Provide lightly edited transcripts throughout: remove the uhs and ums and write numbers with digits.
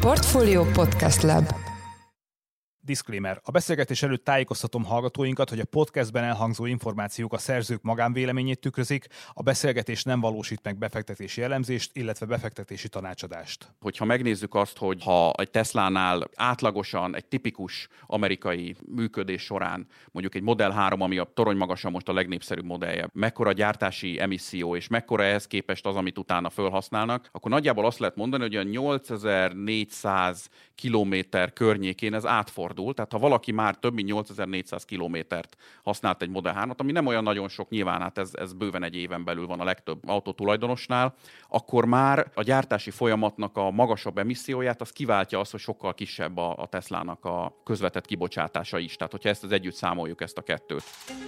Portfolio Podcast Lab. Disclaimer. A beszélgetés előtt tájékoztatom hallgatóinkat, hogy a podcastben elhangzó információk a szerzők magánvéleményét tükrözik, a beszélgetés nem valósít meg befektetési elemzést, illetve befektetési tanácsadást. Hogyha megnézzük azt, hogy ha egy Teslánál átlagosan egy tipikus amerikai működés során, mondjuk egy Model 3, ami a toronymagasan most a legnépszerűbb modellje, mekkora gyártási emisszió, és mekkora ehhez képest az, amit utána felhasználnak, akkor nagyjából azt lehet mondani, hogy a 8400 kilométer környékén ez átfordul. Tehát ha valaki már több mint 8400 kilométert használt egy Model 3-at, ami nem olyan nagyon sok, nyilván hát ez bőven egy éven belül van a legtöbb autótulajdonosnál, akkor már a gyártási folyamatnak a magasabb emisszióját az kiváltja azt, hogy sokkal kisebb a Teslának a közvetett kibocsátása is. Tehát hogyha ezt az együtt számoljuk, ezt a kettőt.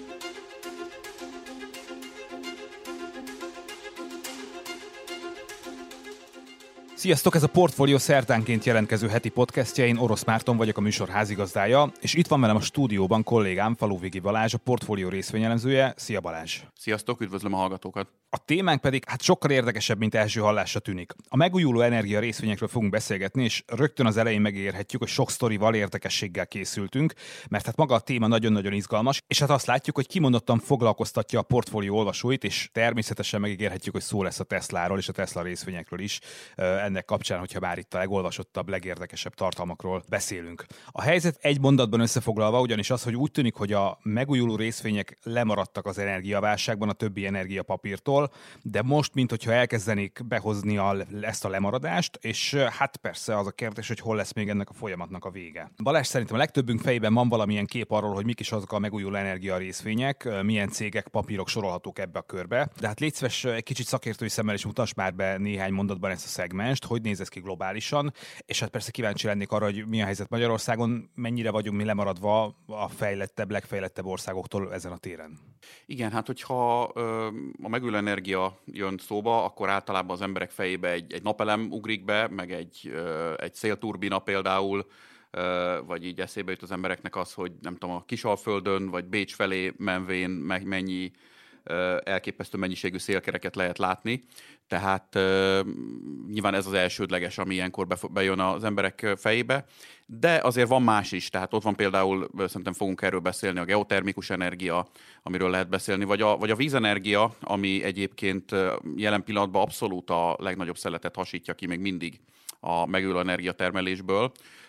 Sziasztok, ez a Portfolio szerdánként jelentkező heti podcastja, én Orosz Márton vagyok, a műsor házigazdája, és itt van velem a stúdióban kollégám, Faluvigi Balázs, a Portfolio részvényelemzője. Szia Balázs! Sziasztok, üdvözlöm a hallgatókat! A témánk pedig sokkal érdekesebb, mint első hallásra tűnik. A megújuló energia részvényekről fogunk beszélgetni, és rögtön az elején megérhetjük, hogy sok sztorival, érdekességgel készültünk, mert hát maga a téma nagyon-nagyon izgalmas, és hát azt látjuk, hogy kimondottan foglalkoztatja a portfólió olvasóit, és természetesen megígérhetjük, hogy szó lesz a Tesláról és a Tesla részvényekről is ennek kapcsán, hogyha már itt a legolvasottabb, legérdekesebb tartalmakról beszélünk. A helyzet egy mondatban összefoglalva ugyanis az, hogy úgy tűnik, hogy a megújuló részvények lemaradtak az energiaválságban a többi energiapapírtól, de most, mintha elkezdenék behozni ezt a lemaradást, és hát persze az a kérdés, hogy hol lesz még ennek a folyamatnak a vége. Balázs, szerintem a legtöbbünk fejében van valamilyen kép arról, hogy mik is azok a megújuló energia részvények, milyen cégek, papírok sorolhatók ebbe a körbe. De hát légy szíves, egy kicsit szakértői szemmel is mutass már be néhány mondatban ezt a szegmenst, hogy néz ez ki globálisan, és hát persze kíváncsi lennék arra, hogy mi a helyzet Magyarországon, mennyire vagyunk mi lemaradva a fejlettebb, legfejlettebb országoktól ezen a téren. Igen, hát hogyha a megújuló energia jön szóba, akkor általában az emberek fejébe egy napelem ugrik be, meg egy szélturbina például, vagy így eszébe jut az embereknek az, hogy nem tudom, a Kisalföldön, vagy Bécs felé menvén mennyi elképesztő mennyiségű szélkereket lehet látni. Tehát nyilván ez az elsődleges, ami ilyenkor bejön az emberek fejébe, de azért van más is, tehát ott van például, szerintem fogunk erről beszélni, a geotermikus energia, amiről lehet beszélni, vagy a vízenergia, ami egyébként jelen pillanatban abszolút a legnagyobb szeletet hasítja ki még mindig a megújuló energiatermelésből.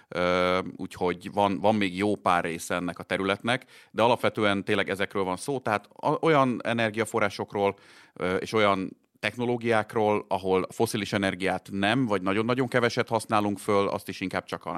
Úgyhogy van még jó pár része ennek a területnek, de alapvetően tényleg ezekről van szó, tehát olyan energiaforrásokról és olyan technológiákról, ahol fosszilis energiát nem, vagy nagyon-nagyon keveset használunk föl, azt is inkább csak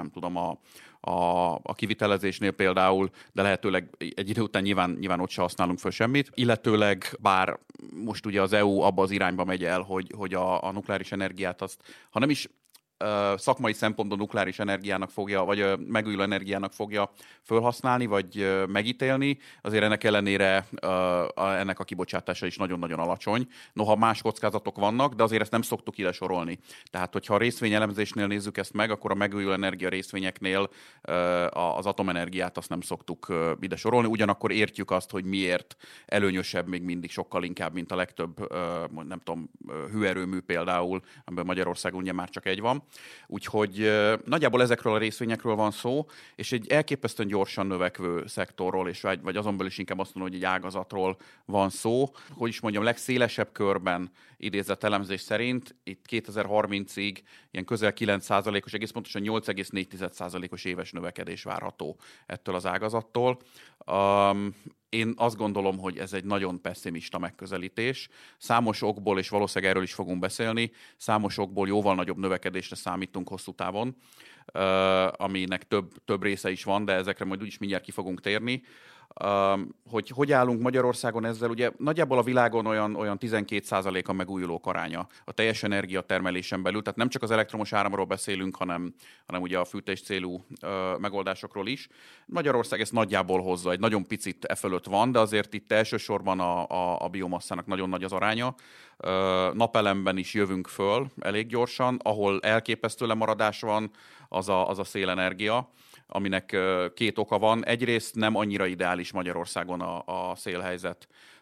a kivitelezésnél például, de lehetőleg egy idő után nyilván ott se használunk föl semmit. Illetőleg bár most ugye az EU abba az irányba megy el, hogy a nukleáris energiát azt, ha nem is szakmai szempontból nukleáris energiának fogja, vagy megújuló energiának fogja felhasználni, vagy megítélni, azért ennek ellenére ennek a kibocsátása is nagyon-nagyon alacsony. Noha más kockázatok vannak, de azért ezt nem szoktuk ide sorolni. Tehát, hogyha a részvényelemzésnél nézzük ezt meg, akkor a megújuló energia részvényeknél az atomenergiát azt nem szoktuk ide sorolni. Ugyanakkor értjük azt, hogy miért előnyösebb még mindig sokkal inkább, mint a legtöbb, nem tudom, hőerőmű például, amiben Magyarországon ugye már csak egy van. Úgyhogy nagyjából ezekről a részvényekről van szó, és egy elképesztően gyorsan növekvő szektorról, és vagy azon belül is inkább azt mondom, hogy egy ágazatról van szó. Hogy is mondjam, legszélesebb körben idézett elemzés szerint itt 2030-ig ilyen közel 9%-os, egész pontosan 8,4%-os éves növekedés várható ettől az ágazattól. Én azt gondolom, hogy ez egy nagyon pesszimista megközelítés. Számos okból, és valószínűleg erről is fogunk beszélni, számos okból jóval nagyobb növekedésre számítunk hosszú távon, aminek több része is van, de ezekre majd úgyis mindjárt ki fogunk térni. Hogy állunk Magyarországon ezzel, ugye nagyjából a világon olyan 12% a megújulók aránya a teljes energiatermelésen belül, tehát nem csak az elektromos áramról beszélünk, hanem ugye a fűtés célú megoldásokról is. Magyarország ezt nagyjából hozza, egy nagyon picit e fölött van, de azért itt elsősorban a biomasszának nagyon nagy az aránya. Napelemben is jövünk föl elég gyorsan, ahol elképesztő lemaradás van, az a szélenergia. aminek két oka van. Egyrészt nem annyira ideális Magyarországon a szélhelyzet,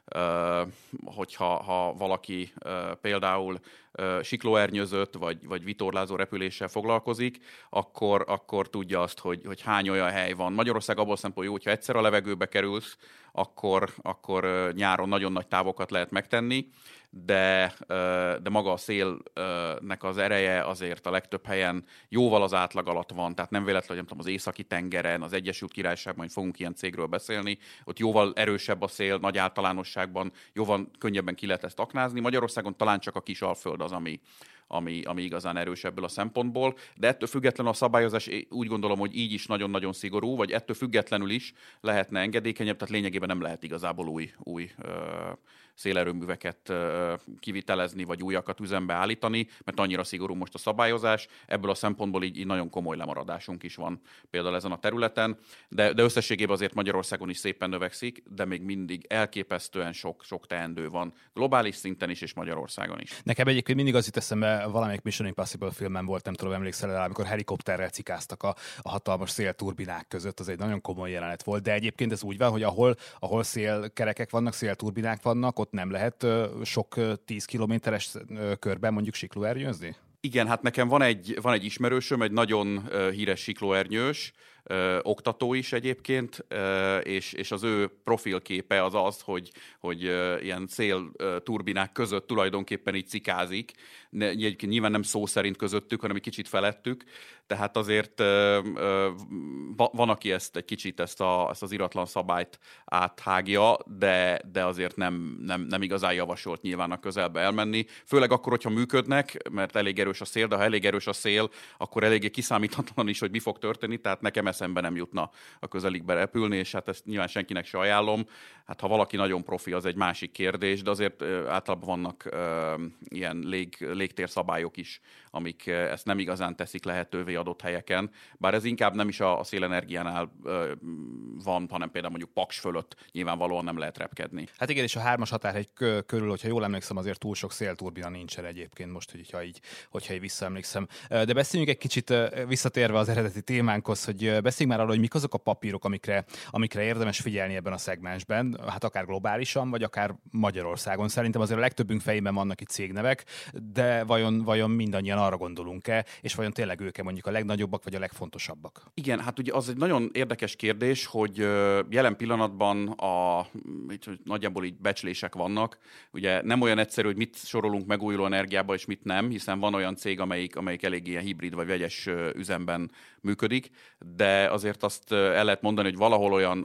hogyha valaki például siklóernyőzött vagy vitorlázó repüléssel foglalkozik, akkor tudja azt, hogy hány olyan hely van. Magyarország abból szempontból jó, hogyha egyszer a levegőbe kerülsz, akkor nyáron nagyon nagy távokat lehet megtenni, de maga a szélnek az ereje azért a legtöbb helyen jóval az átlag alatt van, tehát nem véletlen, hogy az Északi-tengeren, az Egyesült Királyságban, hogy fogunk ilyen cégről beszélni, ott jóval erősebb a szél, nagy általánosságban, jóval könnyebben ki lehet ezt aknázni. Magyarországon talán csak a Kis-Alföld az, ami igazán erős ebből a szempontból, de ettől függetlenül a szabályozás úgy gondolom, hogy így is nagyon-nagyon szigorú, vagy ettől függetlenül is lehetne engedékenyebb, tehát lényegében nem lehet igazából új szélerőműveket kivitelezni, vagy újakat üzembe állítani, mert annyira szigorú most a szabályozás. Ebből a szempontból így nagyon komoly lemaradásunk is van például ezen a területen, de összességében azért Magyarországon is szépen növekszik, de még mindig elképesztően sok teendő van globális szinten is, és Magyarországon is. Nekem egyébként mindig az jut eszembe, valamelyik Mission Impossible filmben volt, nem tudom, emlékszel rá, amikor helikopterrel cikáztak a hatalmas szélturbinák között, az egy nagyon komoly jelenet volt, de egyébként ez úgy van, hogy ahol szélkerekek vannak, szélturbinák vannak, ott nem lehet sok 10 kilométeres körben mondjuk siklóernyőzni? Igen, hát nekem van egy ismerősöm, egy nagyon híres siklóernyős, oktató is egyébként, és az ő profilképe az, hogy ilyen szélturbinák között tulajdonképpen így cikázik. Egyébként nyilván nem szó szerint közöttük, hanem egy kicsit felettük. Tehát azért van, aki egy kicsit ezt az iratlan szabályt áthágja, de azért nem igazán javasolt nyilván a közelbe elmenni. Főleg akkor, hogyha működnek, mert elég erős a szél, de ha elég erős a szél, akkor eléggé kiszámíthatatlan is, hogy mi fog történni, tehát nekem eszembe nem jutna a közelikbe repülni, és hát ezt nyilván senkinek se ajánlom. Hát ha valaki nagyon profi, az egy másik kérdés, de azért általában vannak ilyen légtérszabályok is, amik ezt nem igazán teszik lehetővé adott helyeken. Bár ez inkább nem is a szélenergiánál van, hanem például mondjuk Paks fölött nyilvánvalóan nem lehet repkedni. Hát igen, és a 3-as határhegy körül, hogyha jól emlékszem, azért túl sok szélturbina nincsen egyébként most, hogyha így visszaemlékszem. De beszéljünk egy kicsit visszatérve az eredeti témánkhoz, hogy beszéljünk már arról, hogy mik azok a papírok, amikre érdemes figyelni ebben a szegmensben, hát akár globálisan, vagy akár Magyarországon. Szerintem azért a legtöbbünk fejében vannak itt cégnevek, de vajon mindannyian arra gondolunk-e, és vajon tényleg ők mondjuk a legnagyobbak, vagy a legfontosabbak? Igen, hát ugye az egy nagyon érdekes kérdés, hogy jelen pillanatban nagyjából így becslések vannak. Ugye nem olyan egyszerű, hogy mit sorolunk megújuló energiába, és mit nem, hiszen van olyan cég, amelyik elég ilyen hibrid vagy vegyes üzemben működik, de azért azt el lehet mondani, hogy valahol olyan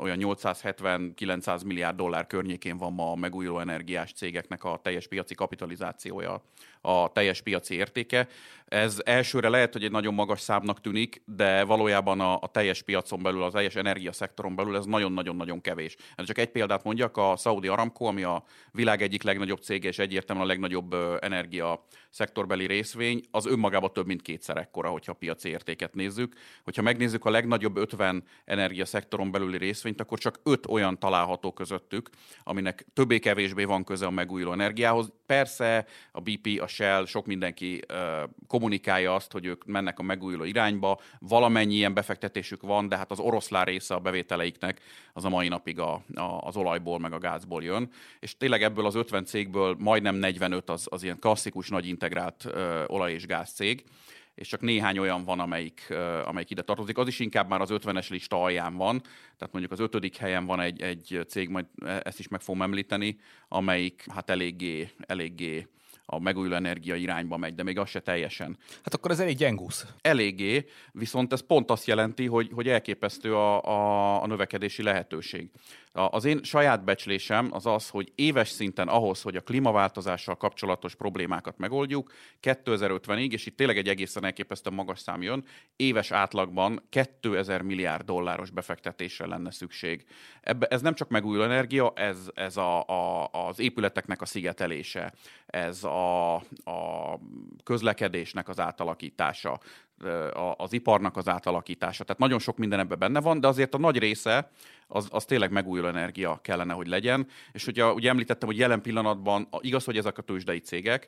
870-900 milliárd dollár környékén van ma a megújuló energiás cégeknek a teljes piaci kapitalizációja, a teljes piaci értéke. Ez elsőre lehet, hogy egy nagyon magas számnak tűnik, de valójában a teljes piacon belül, az teljes energiaszektoron belül ez nagyon-nagyon-nagyon kevés. Csak egy példát mondjak, a Saudi Aramco, ami a világ egyik legnagyobb cége, és egyértelműen a legnagyobb energiaszektorbeli részvény, az önmagában több mint kétszer ekkora, hogyha a piaci értéket nézzük. Hogyha megnézzük a legnagyobb 50 energiaszektoron belüli részvényt, akkor csak 5 olyan található közöttük, aminek többé-kevésbé van köze a megújuló energiához. Persze a BP, a Shell, sok mindenki kommunikálja azt, hogy ők mennek a megújuló irányba, valamennyi ilyen befektetésük van, de hát az oroszlán része a bevételeiknek az a mai napig az olajból meg a gázból jön. És tényleg ebből az 50 cégből majdnem 45 az ilyen klasszikus nagy integrált olaj- és gázcég, és csak néhány olyan van, amelyik ide tartozik. Az is inkább már az 50-es lista alján van, tehát mondjuk az 5. helyen van egy cég, majd ezt is meg fogom említeni, amelyik hát eléggé a megújuló energia irányba megy, de még az se teljesen. Hát akkor ez elég gyengúsz. Eléggé, viszont ez pont azt jelenti, hogy elképesztő a növekedési lehetőség. Az én saját becslésem az, hogy éves szinten ahhoz, hogy a klímaváltozással kapcsolatos problémákat megoldjuk, 2050-ig, és itt tényleg egy egészen elképesztően magas szám jön, éves átlagban 2000 milliárd dolláros befektetésre lenne szükség. Ez nem csak megújuló energia, ez az épületeknek a szigetelése, ez a közlekedésnek az átalakítása. az iparnak az átalakítása. Tehát nagyon sok minden ebben benne van, de azért a nagy része az tényleg megújuló energia kellene, hogy legyen. És ugye említettem, hogy jelen pillanatban igaz, hogy ezek a tőzsdei cégek,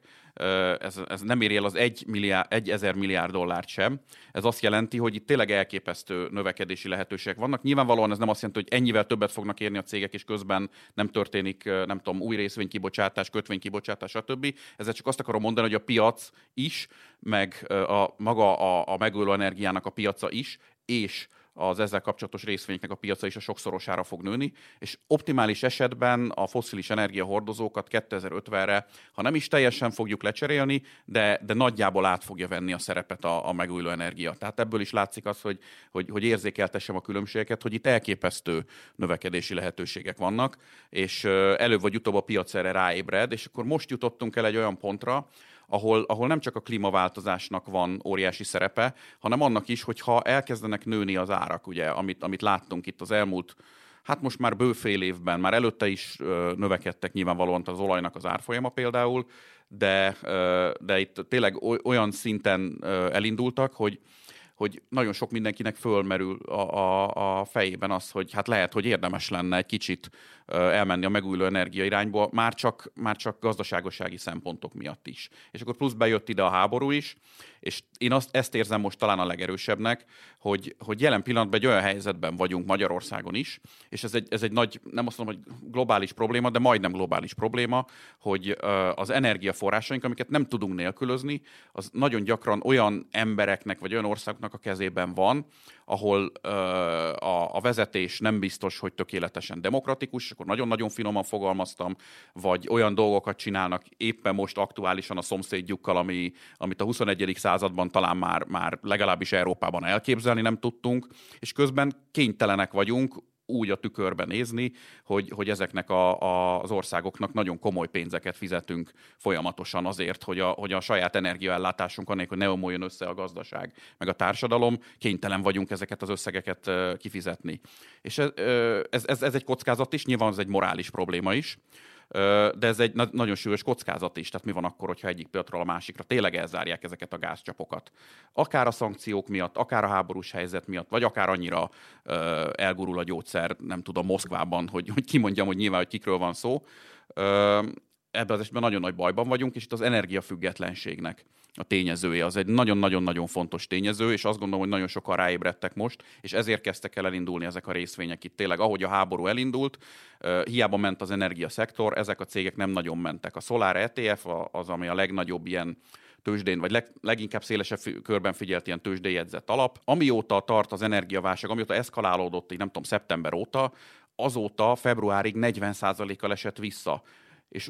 ez nem éri el az 1000 milliárd dollárt sem. Ez azt jelenti, hogy itt tényleg elképesztő növekedési lehetőségek vannak. Nyilvánvalóan ez nem azt jelenti, hogy ennyivel többet fognak érni a cégek, és közben nem történik, nem tudom, új részvénykibocsátás, kötvénykibocsátás, stb. Ezzel csak azt akarom mondani, hogy a piac is, meg maga a megújuló energiának a piaca is, és az ezzel kapcsolatos részvényeknek a piaca is a sokszorosára fog nőni, és optimális esetben a fosszilis energiahordozókat 2050-re, ha nem is teljesen fogjuk lecserélni, de nagyjából át fogja venni a szerepet a megújuló energia. Tehát ebből is látszik az, hogy érzékeltessem a különbségeket, hogy itt elképesztő növekedési lehetőségek vannak, és előbb vagy utóbb a piac erre ráébred, és akkor most jutottunk el egy olyan pontra, ahol nem csak a klímaváltozásnak van óriási szerepe, hanem annak is, hogyha elkezdenek nőni az árak, ugye, amit láttunk itt az elmúlt, hát most már bőfél évben, már előtte is növekedtek nyilvánvalóan az olajnak az árfolyama például, de itt tényleg olyan szinten elindultak, hogy nagyon sok mindenkinek fölmerül a fejében az, hogy hát lehet, hogy érdemes lenne egy kicsit elmenni a megújuló energia irányba, már csak gazdaságossági szempontok miatt is. És akkor plusz bejött ide a háború is, és én ezt érzem most talán a legerősebbnek, hogy jelen pillanatban egy olyan helyzetben vagyunk Magyarországon is, és ez egy nagy, nem azt mondom, hogy globális probléma, de majdnem globális probléma, hogy az energiaforrásaink, amiket nem tudunk nélkülözni, az nagyon gyakran olyan embereknek, vagy olyan országoknak a kezében van, ahol a vezetés nem biztos, hogy tökéletesen demokratikus, akkor nagyon-nagyon finoman fogalmaztam, vagy olyan dolgokat csinálnak éppen most aktuálisan a szomszédjukkal, amit a 21. században talán már legalábbis Európában elképzelni nem tudtunk, és közben kénytelenek vagyunk úgy a tükörben nézni, hogy ezeknek az országoknak nagyon komoly pénzeket fizetünk folyamatosan azért, hogy a saját energiaellátásunk anélkül ne omoljon össze a gazdaság, meg a társadalom, kénytelen vagyunk ezeket az összegeket kifizetni. És ez egy kockázat is, nyilván ez egy morális probléma is, de ez egy nagyon súlyos kockázat is. Tehát mi van akkor, hogyha egyik pillanatról a másikra tényleg elzárják ezeket a gázcsapokat? Akár a szankciók miatt, akár a háborús helyzet miatt, vagy akár annyira elgurul a gyógyszer, nem tudom, Moszkvában, hogy kimondjam, hogy nyilván, hogy kikről van szó. Ebben az esetben nagyon nagy bajban vagyunk, és itt az energiafüggetlenségnek a tényezője az egy nagyon-nagyon-nagyon fontos tényező, és azt gondolom, hogy nagyon sokan ráébredtek most, és ezért kezdtek el elindulni ezek a részvények itt. Tényleg, ahogy a háború elindult, hiába ment az energiaszektor, ezek a cégek nem nagyon mentek. A Solar ETF az, ami a legnagyobb ilyen tőzsdén, vagy leginkább szélesebb körben figyelt ilyen tőzsdéjegyzett alap. Amióta tart az energiaválság, amióta eszkalálódott, így nem tudom, szeptember óta, azóta februárig 40%-kal esett vissza. És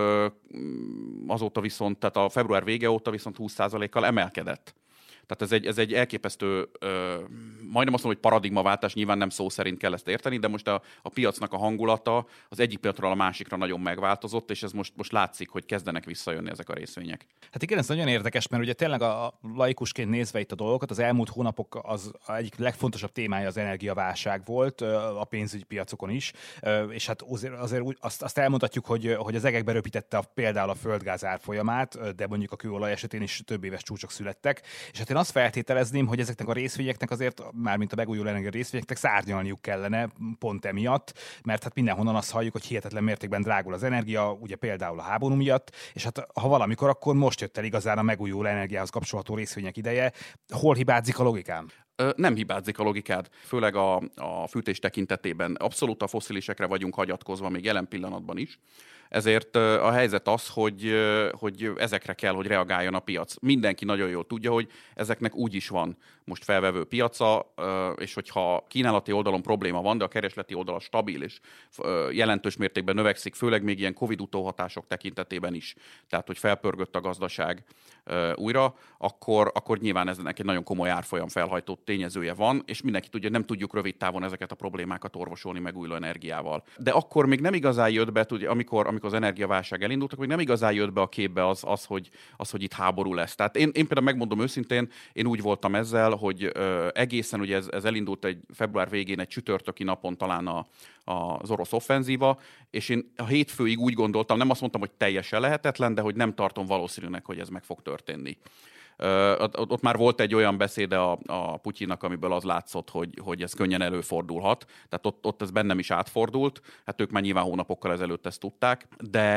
azóta viszont, tehát a február vége óta viszont 20%-kal emelkedett. Tehát ez egy elképesztő, majdnem azt mondom, hogy paradigmaváltás, nyilván nem szó szerint kell ezt érteni, de most a piacnak a hangulata az egyik pillanatról a másikra nagyon megváltozott, és ez most látszik, hogy kezdenek visszajönni ezek a részvények. Hát igen, ez nagyon érdekes, mert ugye tényleg a laikusként nézve itt a dolgokat, az elmúlt hónapok az egyik legfontosabb témája az energiaválság volt, a pénzügyi piacokon is, és hát azért azt elmondhatjuk, hogy az egekbe röpítette például a földgáz árfolyamát, de mondjuk a kőolaj esetén is több éves csúcsok születtek, és hát én azt feltételezném, hogy ezeknek a részvényeknek azért, mármint a megújuló energia részvényeknek szárnyalniuk kellene pont emiatt, mert hát mindenhonnan azt halljuk, hogy hihetetlen mértékben drágul az energia, ugye például a háború miatt, és hát ha valamikor, akkor most jött el igazán a megújuló energiához kapcsolható részvények ideje. Hol hibázik a logikám? Nem hibázik a logikád, főleg a fűtés tekintetében. Abszolút a fosszilisekre vagyunk hagyatkozva még jelen pillanatban is. Ezért a helyzet az, hogy ezekre kell, hogy reagáljon a piac. Mindenki nagyon jól tudja, hogy ezeknek úgy is van most felvevő piaca, és hogyha kínálati oldalon probléma van, de a keresleti oldala stabil és jelentős mértékben növekszik, főleg még ilyen Covid utóhatások tekintetében is, tehát hogy felpörgött a gazdaság újra, akkor nyilván eznek egy nagyon komoly árfolyam felhajtó tényezője van, és mindenki tudja, hogy nem tudjuk rövid távon ezeket a problémákat orvosolni megújuló energiával. De akkor még nem igazán jött be, ugye, amikor az energiaválság elindult, akkor még nem igazán jött be a képbe az, hogy itt háború lesz. Tehát én például megmondom őszintén, én úgy voltam ezzel, hogy egészen ugye ez elindult egy február végén egy csütörtöki napon talán az orosz offenzíva, és én a hétfőig úgy gondoltam, nem azt mondtam, hogy teljesen lehetetlen, de hogy nem tartom valószínűnek, hogy ez meg fog történni. Ott már volt egy olyan beszéde a Putyinnak, amiből az látszott, hogy ez könnyen előfordulhat. Tehát ott ez bennem is átfordult. Hát ők már nyilván hónapokkal ezelőtt ezt tudták.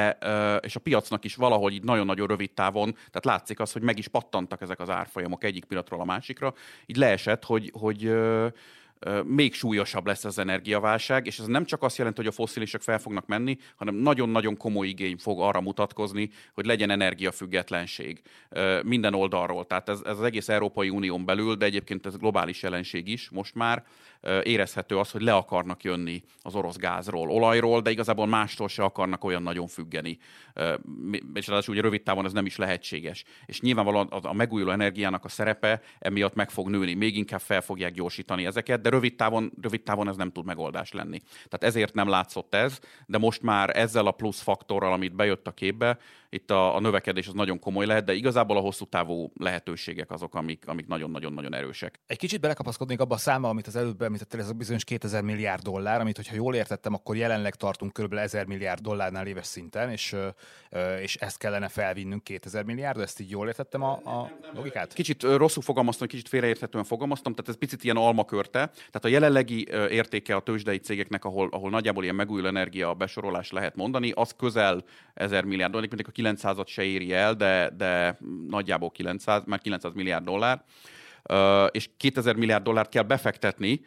És a piacnak is valahogy így nagyon-nagyon rövid távon, tehát látszik az, hogy meg is pattantak ezek az árfolyamok egyik pillanatról a másikra. Így leesett, hogy még súlyosabb lesz az energiaválság, és ez nem csak azt jelenti, hogy a fosszilisek fel fognak menni, hanem nagyon-nagyon komoly igény fog arra mutatkozni, hogy legyen energiafüggetlenség minden oldalról. Tehát ez az egész Európai Unión belül, de egyébként ez globális jelenség is most már érezhető az, hogy le akarnak jönni az orosz gázról, olajról, de igazából mástól se akarnak olyan nagyon függeni. És ráadásul ugye rövid távon ez nem is lehetséges. És nyilvánvalóan a megújuló energiának a szerepe emiatt meg fog nőni, még inkább fel fogják gyorsítani ezeket, de rövid távon ez nem tud megoldás lenni. Tehát ezért nem látszott ez, de most már ezzel a plusz faktorral, amit bejött a képbe, itt a növekedés az nagyon komoly lehet, de igazából a hosszú távú lehetőségek azok, amik nagyon-nagyon erősek. Egy kicsit belekapaszkodnék abba a számba, amit az előbb említettél, ez a bizonyos 2000 milliárd dollár, amit, hogyha jól értettem, akkor jelenleg tartunk kb. 1000 milliárd dollárnál éves szinten, és ezt kellene felvinnünk 2000 milliárdra, ezt így jól értettem a logikát? Kicsit rosszul fogalmaztam, kicsit félreérthetően fogalmaztam, tehát ez picit ilyen almakörte. Tehát a jelenlegi értéke a tőzsdei cégeknek, ahol nagyjából ilyen megújuló energia besorolás lehet mondani, az közel 1000 milliárd dollár, mindig a 900-at se éri el, de nagyjából 900 milliárd dollár, és 2000 milliárd dollárt kell befektetni,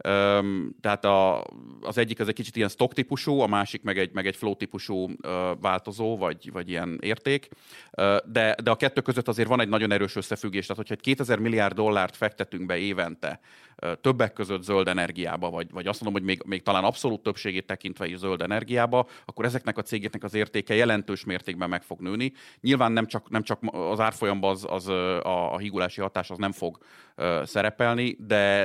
tehát az egyik az egy kicsit ilyen stock típusú, a másik meg egy flow típusú változó, vagy ilyen érték, de a kettő között azért van egy nagyon erős összefüggés, tehát hogyha egy 2000 milliárd dollárt fektetünk be évente, többek között zöld energiába, vagy azt mondom, hogy még talán abszolút többségét tekintve is zöld energiába, akkor ezeknek a cégeknek az értéke jelentős mértékben meg fog nőni. Nyilván nem csak az árfolyamban a hígulási hatás az nem fog szerepelni,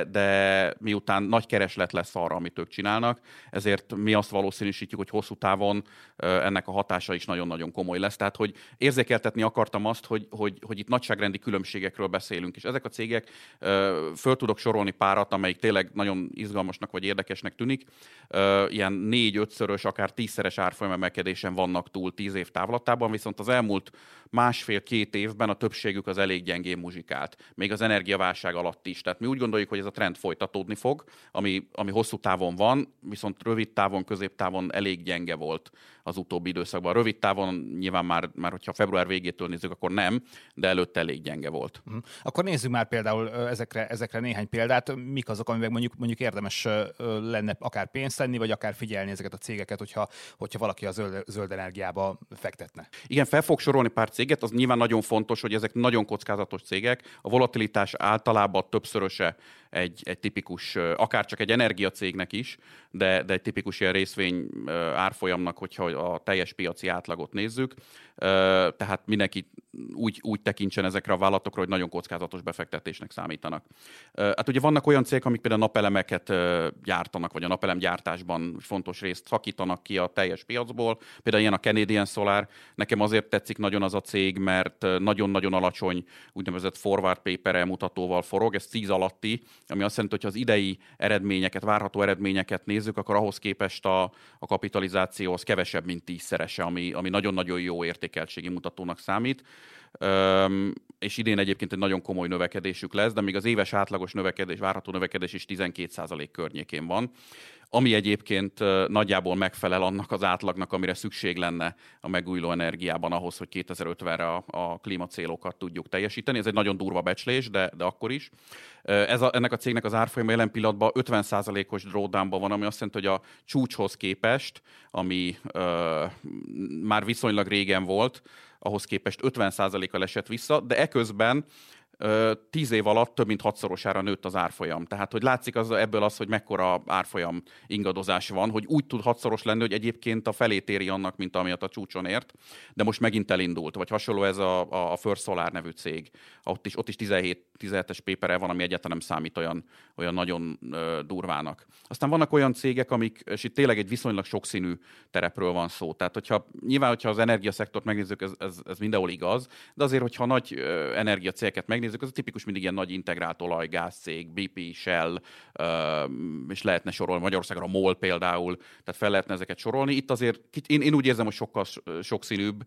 de miután nagy kereslet lesz arra, amit ők csinálnak, ezért mi azt valószínűsítjük, hogy hosszú távon ennek a hatása is nagyon-nagyon komoly lesz. Tehát, hogy érzékeltetni akartam azt, hogy itt nagyságrendi különbségekről beszélünk, és ezek a cégek, föl tudok sorolni párat, amelyik tényleg nagyon izgalmasnak vagy érdekesnek tűnik, ilyen 4-5-szörös, akár 10-szeres árfolyamemelkedésen vannak túl 10 év távlatában, viszont az elmúlt 1,5-2 évben a többségük az elég gyengén muzsikált, még az energiaválság alatt is. Tehát mi úgy gondoljuk, hogy ez a trend folytatódni fog, ami hosszú távon van, viszont rövid távon, középtávon elég gyenge volt az utóbbi időszakban. Rövid távon nyilván már hogyha február végétől nézzük, akkor nem, de előtte elég gyenge volt. Akkor nézzük már például ezekre néhány példát. Mik azok, amivel mondjuk érdemes lenne akár pénzt tenni, vagy akár figyelni ezeket a cégeket, hogyha valaki a zöld energiába fektetne? Igen, fel fog sorolni pár céget, az nyilván nagyon fontos, hogy ezek nagyon kockázatos cégek. A volatilitás általában többszöröse egy tipikus, akár csak egy energiacégnek is, de egy tipikus ilyen részvény árfolyamnak, hogyha a teljes piaci átlagot nézzük. Tehát mindenki úgy tekintsen ezekre a vállalatokra, hogy nagyon kockázatos befektetésnek számítanak. Hát ugye vannak olyan cégek, amik például napelemeket gyártanak, vagy a napelemgyártásban fontos részt szakítanak ki a teljes piacból. Például ilyen a Canadian Solar. Nekem azért tetszik nagyon az a cég, mert nagyon-nagyon alacsony úgynevezett forward paper mutatóval forog, ez 10 alatti, ami azt jelenti, hogy ha az idei eredményeket, várható eredményeket nézzük, akkor ahhoz képest a kapitalizációhoz kevesebb, mint 10-szerese, ami nagyon-nagyon jó értékeltségi mutatónak számít. És idén egyébként egy nagyon komoly növekedésük lesz, de még az éves átlagos növekedés, várható növekedés is 12% környékén van, ami egyébként nagyjából megfelel annak az átlagnak, amire szükség lenne a megújuló energiában ahhoz, hogy 2050-re a klímacélokat tudjuk teljesíteni. Ez egy nagyon durva becslés, de akkor is. Ennek a cégnek az árfolyama jelen pillanatban 50%-os drawdownban van, ami azt jelenti, hogy a csúcshoz képest, ami már viszonylag régen volt, ahhoz képest 50%-kal esett vissza, de eközben 10 év alatt több mint 6-szorosára nőtt az árfolyam. Tehát, hogy látszik ebből az, hogy mekkora árfolyam ingadozás van, hogy úgy tud 6-szoros lenni, hogy egyébként a felét éri annak, mint amiatt a csúcson ért, de most megint elindult. Vagy hasonló ez a First Solar nevű cég. Ott is 17-es pépere van, ami egyáltalán nem számít olyan nagyon durvának. Aztán vannak olyan cégek, és itt tényleg egy viszonylag sokszínű terepről van szó. Tehát, hogyha az energiaszektort megnézzük, ez mindenhol igaz, de azért, hogyha nagy energiacégeket megnézzük, ez a tipikus mindig ilyen nagy integrált olaj-gázcég, BP, Shell, és lehetne sorolni Magyarországra a MOL például, tehát fel lehetne ezeket sorolni. Itt azért én úgy érzem, hogy sokkal sokszínűbb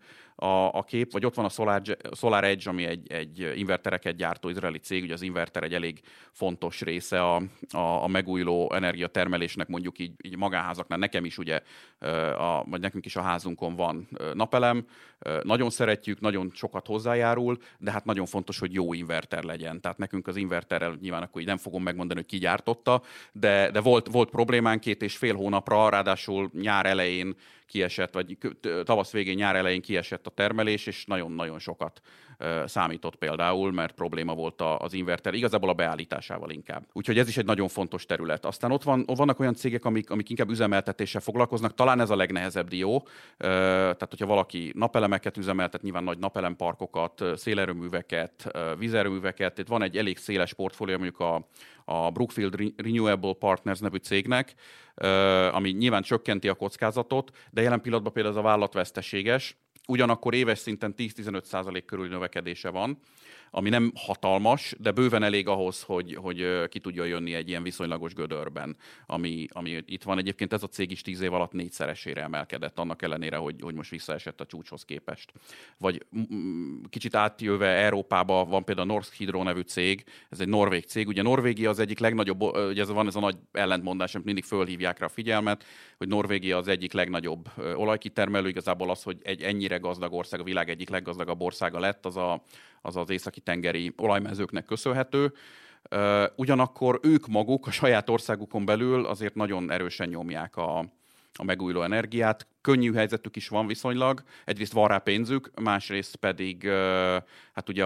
a kép, vagy ott van a SolarEdge, ami egy invertereket gyártó izraeli cég, ugye az inverter egy elég fontos része a megújuló energiatermelésnek, mondjuk így magánházaknál. Nekem is ugye, vagy nekünk is a házunkon van napelem, nagyon szeretjük, nagyon sokat hozzájárul, de hát nagyon fontos, hogy jó inverter legyen. Tehát nekünk az inverterrel nyilván akkor így nem fogom megmondani, hogy ki gyártotta, de volt problémánk 2,5 hónapra, ráadásul nyár elején kiesett, vagy tavasz végén, nyár elején kiesett a termelés, és nagyon-nagyon sokat számított például, mert probléma volt az inverter, igazából a beállításával inkább. Úgyhogy ez is egy nagyon fontos terület. Aztán ott vannak olyan cégek, amik inkább üzemeltetéssel foglalkoznak, talán ez a legnehezebb dió. Tehát, hogyha valaki napelemeket üzemeltet, nyilván nagy napelemparkokat, szélerőműveket, vízerőműveket, itt van egy elég széles portfólió, mondjuk a Brookfield Renewable Partners nevű cégnek, ami nyilván csökkenti a kockázatot, de jelen pillanatban például ez a vállalat veszteséges, ugyanakkor éves szinten 10-15% körüli növekedése van, ami nem hatalmas, de bőven elég ahhoz, hogy ki tudja jönni egy ilyen viszonylagos gödörben, ami itt van. Egyébként ez a cég is 10 év alatt 4-szeresére emelkedett, annak ellenére, hogy most visszaesett a csúcshoz képest. Vagy kicsit átjöve Európába van például a Norsk Hydro nevű cég, ez egy norvég cég. Ugye Norvégia az egyik legnagyobb, ugye van ez a nagy ellentmondás, amit mindig fölhívják rá a figyelmet, hogy Norvégia az egyik legnagyobb olajkitermelő, igazából az, hogy egy ennyire gazdag ország, a világ egyik leggazdagabb országa lett, az északi tengeri olajmezőknek köszönhető. Ugyanakkor ők maguk a saját országukon belül azért nagyon erősen nyomják a megújuló energiát. Könnyű helyzetük is van viszonylag. Egyrészt van rá pénzük, másrészt pedig hát ugye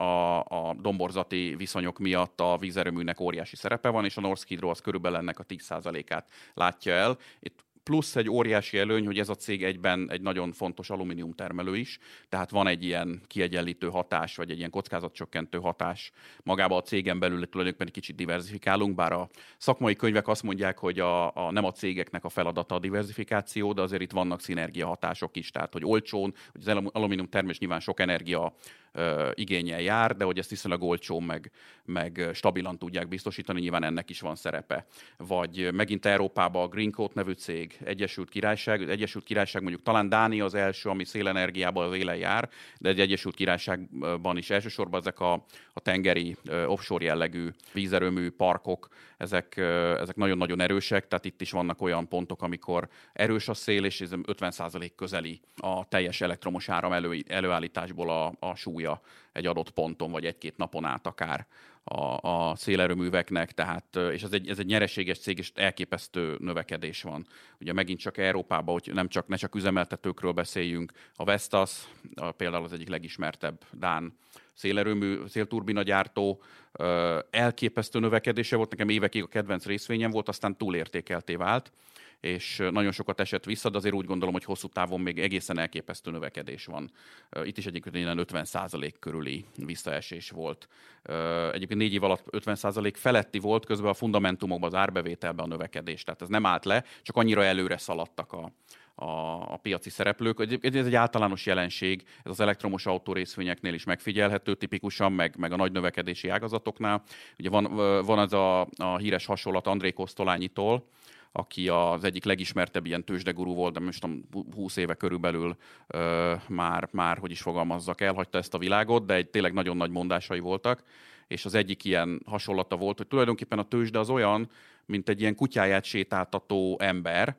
a domborzati viszonyok miatt a vízerőműnek óriási szerepe van, és a Norsk Hydro az körülbelül ennek a 10%-át látja el. Itt plusz egy óriási előny, hogy ez a cég egyben egy nagyon fontos alumínium termelő is, tehát van egy ilyen kiegyenlítő hatás, vagy egy ilyen kockázatcsökkentő hatás magában a cégen belül, tulajdonképpen egy kicsit diversifikálunk, bár a szakmai könyvek azt mondják, hogy nem a cégeknek a feladata a diversifikáció, de azért itt vannak szinergia hatások is, tehát hogy olcsón, hogy az alumínium termés nyilván sok energia igénnyel jár, de hogy ezt viszonylag olcsón meg stabilan tudják biztosítani, nyilván ennek is van szerepe. Vagy megint Európában a Greencoat nevű cég, Egyesült Királyság mondjuk talán Dánia az első, ami szélenergiában az élen jár, de egy Egyesült Királyságban is elsősorban ezek a tengeri offshore jellegű vízerőmű parkok, ezek nagyon-nagyon erősek, tehát itt is vannak olyan pontok, amikor erős a szél, és 50% közeli a teljes elektromos áram előállításból a súlya egy adott ponton, vagy egy-két napon át akár a szélerőműveknek, tehát, és ez egy nyereséges cég, és elképesztő növekedés van. Ugye megint csak Európában, hogy ne csak üzemeltetőkről beszéljünk, a Vestas például az egyik legismertebb dán szélturbina gyártó, elképesztő növekedése volt, nekem évekig a kedvenc részvényem volt, aztán túlértékelté vált, és nagyon sokat esett vissza, de azért úgy gondolom, hogy hosszú távon még egészen elképesztő növekedés van. Itt is egyébként ilyen 50% körüli visszaesés volt. Egyébként 4 év alatt 50% feletti volt, közben a fundamentumokban, az árbevételben a növekedés. Tehát ez nem állt le, csak annyira előre szaladtak a piaci szereplők. Ez egy általános jelenség, ez az elektromos autó részvényeknél is megfigyelhető, tipikusan, meg a nagy növekedési ágazatoknál. Ugye van az a híres hasonlat André Kostolányitól, aki az egyik legismertebb ilyen tőzsdegurú volt, de most 20 éve körülbelül már hogy is fogalmazzak, elhagyta ezt a világot, de egy tényleg nagyon nagy mondásai voltak, és az egyik ilyen hasonlata volt, hogy tulajdonképpen a tőzsde az olyan, mint egy ilyen kutyáját sétáltató ember,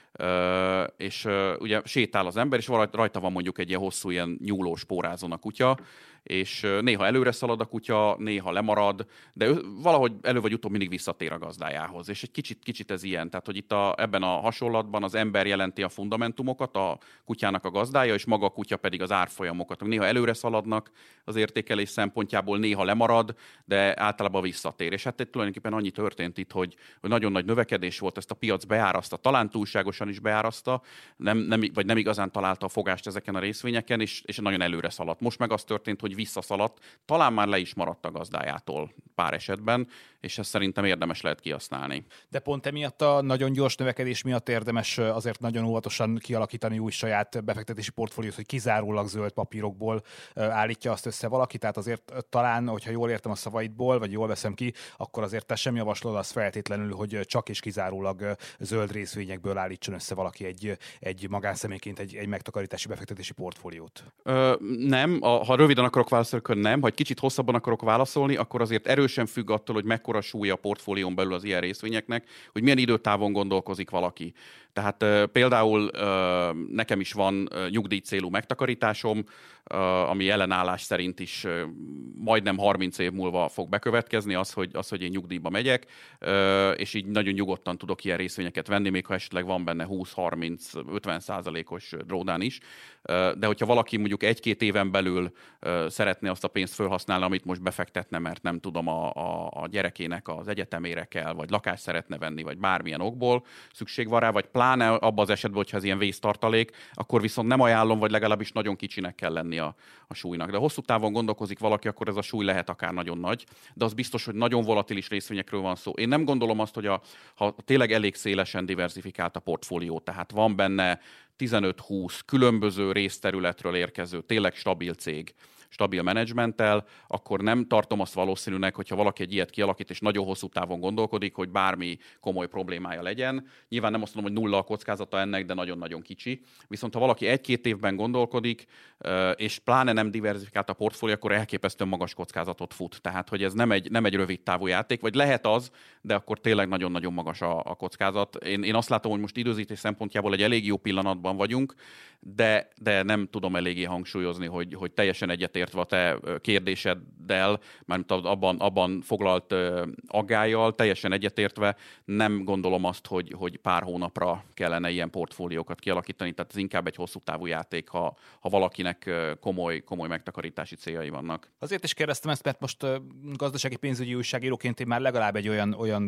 és ugye sétál az ember, és rajta van mondjuk egy ilyen hosszú, ilyen nyúlós pórázon a kutya, és néha előre szalad a kutya, néha lemarad, de valahogy elő vagy utóbb mindig visszatér a gazdájához. És egy kicsit ez ilyen, tehát hogy itt ebben a hasonlatban az ember jelenti a fundamentumokat, a kutyának a gazdája, és maga a kutya pedig az árfolyamokat. Néha előre szaladnak az értékelés szempontjából, néha lemarad, de általában visszatér. És hát tulajdonképpen annyi történt itt, hogy nagyon nagy növekedés volt, ezt a piac beáraszta, talán túlságosan is beáraszta, vagy nem igazán találta a fogást ezeken a részvényeken, és nagyon előre szaladt. Most meg az történt, hogy visszaszaladt, talán már le is maradt a gazdájától pár esetben, és ezt szerintem érdemes lehet kihasználni. De pont emiatt a nagyon gyors növekedés miatt érdemes azért nagyon óvatosan kialakítani új saját befektetési portfóliót, hogy kizárólag zöld papírokból állítja azt össze valaki, tehát azért talán, hogyha jól értem a szavaidból, vagy jól veszem ki, akkor azért te sem javaslod azt feltétlenül, hogy csak és kizárólag zöld részvényekből állítson állítson össze valaki egy magánszemélyként egy megtakarítási befektetési portfóliót? Nem, ha röviden akarok válaszolni, akkor nem. Ha egy kicsit hosszabban akarok válaszolni, akkor azért erősen függ attól, hogy mekkora súlya a portfólión belül az ilyen részvényeknek, hogy milyen időtávon gondolkozik valaki. Tehát például nekem is van nyugdíj célú megtakarításom, ami ellenállás szerint is majdnem 30 év múlva fog bekövetkezni, az, hogy én nyugdíjba megyek, és így nagyon nyugodtan tudok ilyen részvényeket venni, még ha esetleg van benne 20-30-50%-os drawdown is. De hogyha valaki mondjuk 1-2 éven belül szeretné azt a pénzt felhasználni, amit most befektetne, mert nem tudom, a gyerekének az egyetemére kell, vagy lakást szeretne venni, vagy bármilyen okból szükség van rá, vagy pláne abban az esetben, hogyha ez ilyen vésztartalék, akkor viszont nem ajánlom, vagy legalábbis nagyon kicsinek kell lenni a súlynak. De hosszú távon gondolkozik valaki, akkor ez a súly lehet akár nagyon nagy, de az biztos, hogy nagyon volatilis részvényekről van szó. Én nem gondolom azt, hogy ha tényleg elég szélesen diversifikált a portfólió, tehát van benne 15-20 különböző részterületről érkező, tényleg stabil cég, stabil menedzsmenttel, akkor nem tartom azt valószínűnek, hogyha valaki egy ilyet kialakít, és nagyon hosszú távon gondolkodik, hogy bármi komoly problémája legyen. Nyilván nem azt mondom, hogy nulla a kockázata ennek, de nagyon-nagyon kicsi. Viszont ha valaki 1-2 évben gondolkodik, és pláne nem diversifikált a portfólió, akkor elképesztően magas kockázatot fut. Tehát, hogy ez nem egy rövid távú játék, vagy lehet az, de akkor tényleg nagyon-nagyon magas a kockázat. Én azt látom, hogy most időzítés szempontjából egy elég jó pillanatban vagyunk, de nem tudom eléggé hangsúlyozni, hogy teljesen egyetértve a te kérdéseddel, mármint abban foglalt aggállyal, teljesen egyetértve nem gondolom azt, hogy pár hónapra kellene ilyen portfóliókat kialakítani, tehát ez inkább egy hosszú távú játék, ha valakinek komoly megtakarítási céljai vannak. Azért is kérdeztem ezt, mert most gazdasági pénzügyi újságíróként én már legalább egy olyan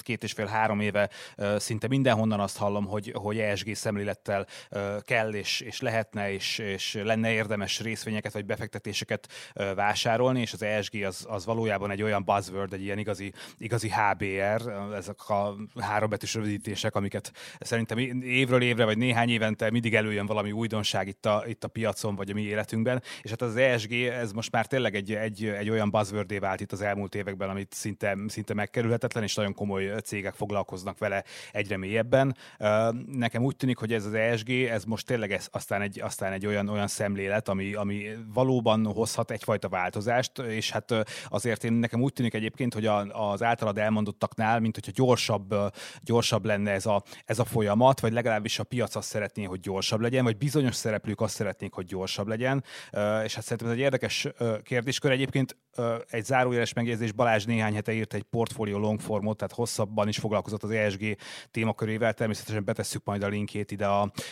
2,5-3 éve szinte mindenhonnan azt hallom, hogy ESG szemlélettel kell és lehetne és lenne érdemes részvényeket vagy befektetéseket vásárolni, és az ESG az valójában egy olyan buzzword, egy ilyen igazi HBR, ezek a 3 betűs rövidítések, amiket szerintem évről évre vagy néhány évente mindig előjön valami újdonság itt a piacon vagy a mi életünkben, és hát az ESG ez most már tényleg egy olyan buzzwordé vált itt az elmúlt években, amit szinte megkerülhetetlen, és nagyon komoly cégek foglalkoznak vele egyre mélyebben. Nekem úgy tűnik, hogy ez az ESG, ez most tényleg aztán egy olyan szemlélet, ami valóban hozhat egyfajta változást, és hát azért nekem úgy tűnik egyébként, hogy az általad elmondottaknál, mint hogyha gyorsabb lenne ez a folyamat, vagy legalábbis a piac azt szeretné, hogy gyorsabb legyen, vagy bizonyos szereplők azt szeretnék, hogy gyorsabb legyen. És hát szerintem ez egy érdekes kérdéskör. Egyébként egy zárójeles megjegyzés, Balázs néhány hete írt egy portfólió longformot, tehát hosszabban is foglalkozott az ESG témakörével. Természetesen betesszük majd a linkjét ide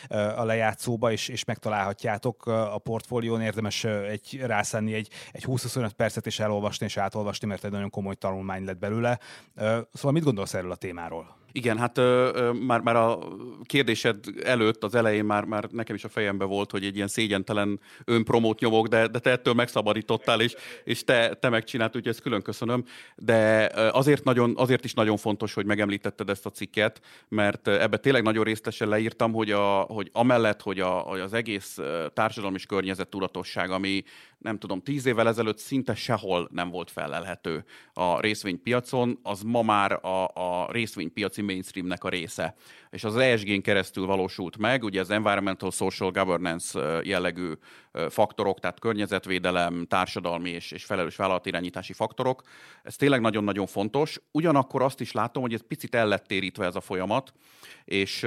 a lejátszóba, és megtalálhatjátok a portfólión. Érdemes rászánni egy 20-25 percet és elolvasni és átolvasni, mert egy nagyon komoly tanulmány lett belőle. Szóval mit gondolsz erről a témáról? Igen, hát már a kérdésed előtt, az elején már nekem is a fejembe volt, hogy egy ilyen szégyentelen önpromót nyomok, de te ettől megszabadítottál, és te megcsinált, úgyhogy ezt külön köszönöm. De azért is nagyon fontos, hogy megemlítetted ezt a cikket, mert ebbe tényleg nagyon részletesen leírtam, hogy amellett, hogy az egész társadalmi és környezet tudatosság, ami nem tudom, 10 évvel ezelőtt szinte sehol nem volt felelhető a részvénypiacon, az ma már a részvénypiaci mainstreamnek a része. És az ESG-n keresztül valósult meg, ugye az Environmental Social Governance jellegű faktorok, tehát környezetvédelem, társadalmi és felelős vállalatirányítási faktorok. Ez tényleg nagyon-nagyon fontos. Ugyanakkor azt is látom, hogy ez picit el lett térítve ez a folyamat, és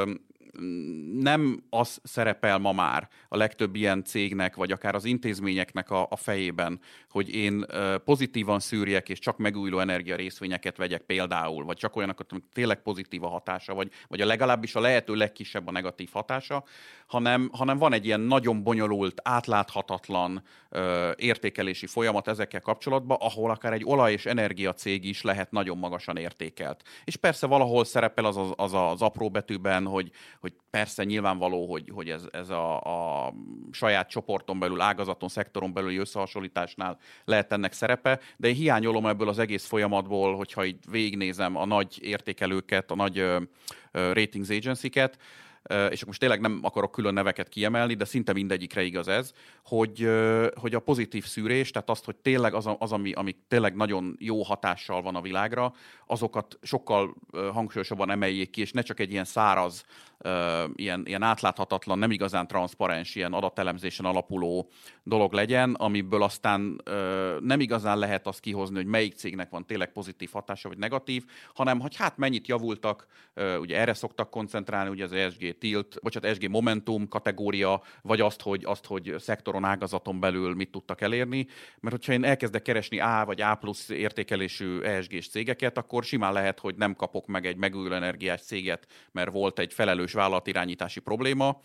nem az szerepel ma már a legtöbb ilyen cégnek, vagy akár az intézményeknek a fejében, hogy én pozitívan szűrjek, és csak megújuló energia részvényeket vegyek például, vagy csak olyanokat, amik tényleg pozitív a hatása, vagy a legalábbis a lehető legkisebb a negatív hatása, hanem van egy ilyen nagyon bonyolult, átláthatatlan értékelési folyamat ezekkel kapcsolatban, ahol akár egy olaj- és energiacég is lehet nagyon magasan értékelt. És persze valahol szerepel az apró betűben, hogy persze nyilvánvaló, hogy ez a saját csoporton belül, ágazaton, szektoron belüli összehasonlításnál lehet ennek szerepe, de én hiányolom ebből az egész folyamatból, hogyha így végignézem a nagy értékelőket, a nagy ratings agency-ket, és akkor most tényleg nem akarok külön neveket kiemelni, de szinte mindegyikre igaz ez, hogy a pozitív szűrés, tehát azt, hogy tényleg az ami tényleg nagyon jó hatással van a világra, azokat sokkal hangsúlyosabban emeljék ki, és ne csak egy ilyen száraz ilyen átláthatatlan, nem igazán transzparens, ilyen adatelemzésen alapuló dolog legyen, amiből aztán nem igazán lehet azt kihozni, hogy melyik cégnek van tényleg pozitív hatása, vagy negatív, hanem hogy hát mennyit javultak, ugye erre szoktak koncentrálni, ugye az ESG Momentum kategória, vagy azt, hogy szektoron, ágazaton belül mit tudtak elérni, mert hogyha én elkezdek keresni A vagy A plusz értékelésű ESG-s cégeket, akkor simán lehet, hogy nem kapok meg egy megújuló energiás céget, mert volt egy felelős vállalatirányítási probléma,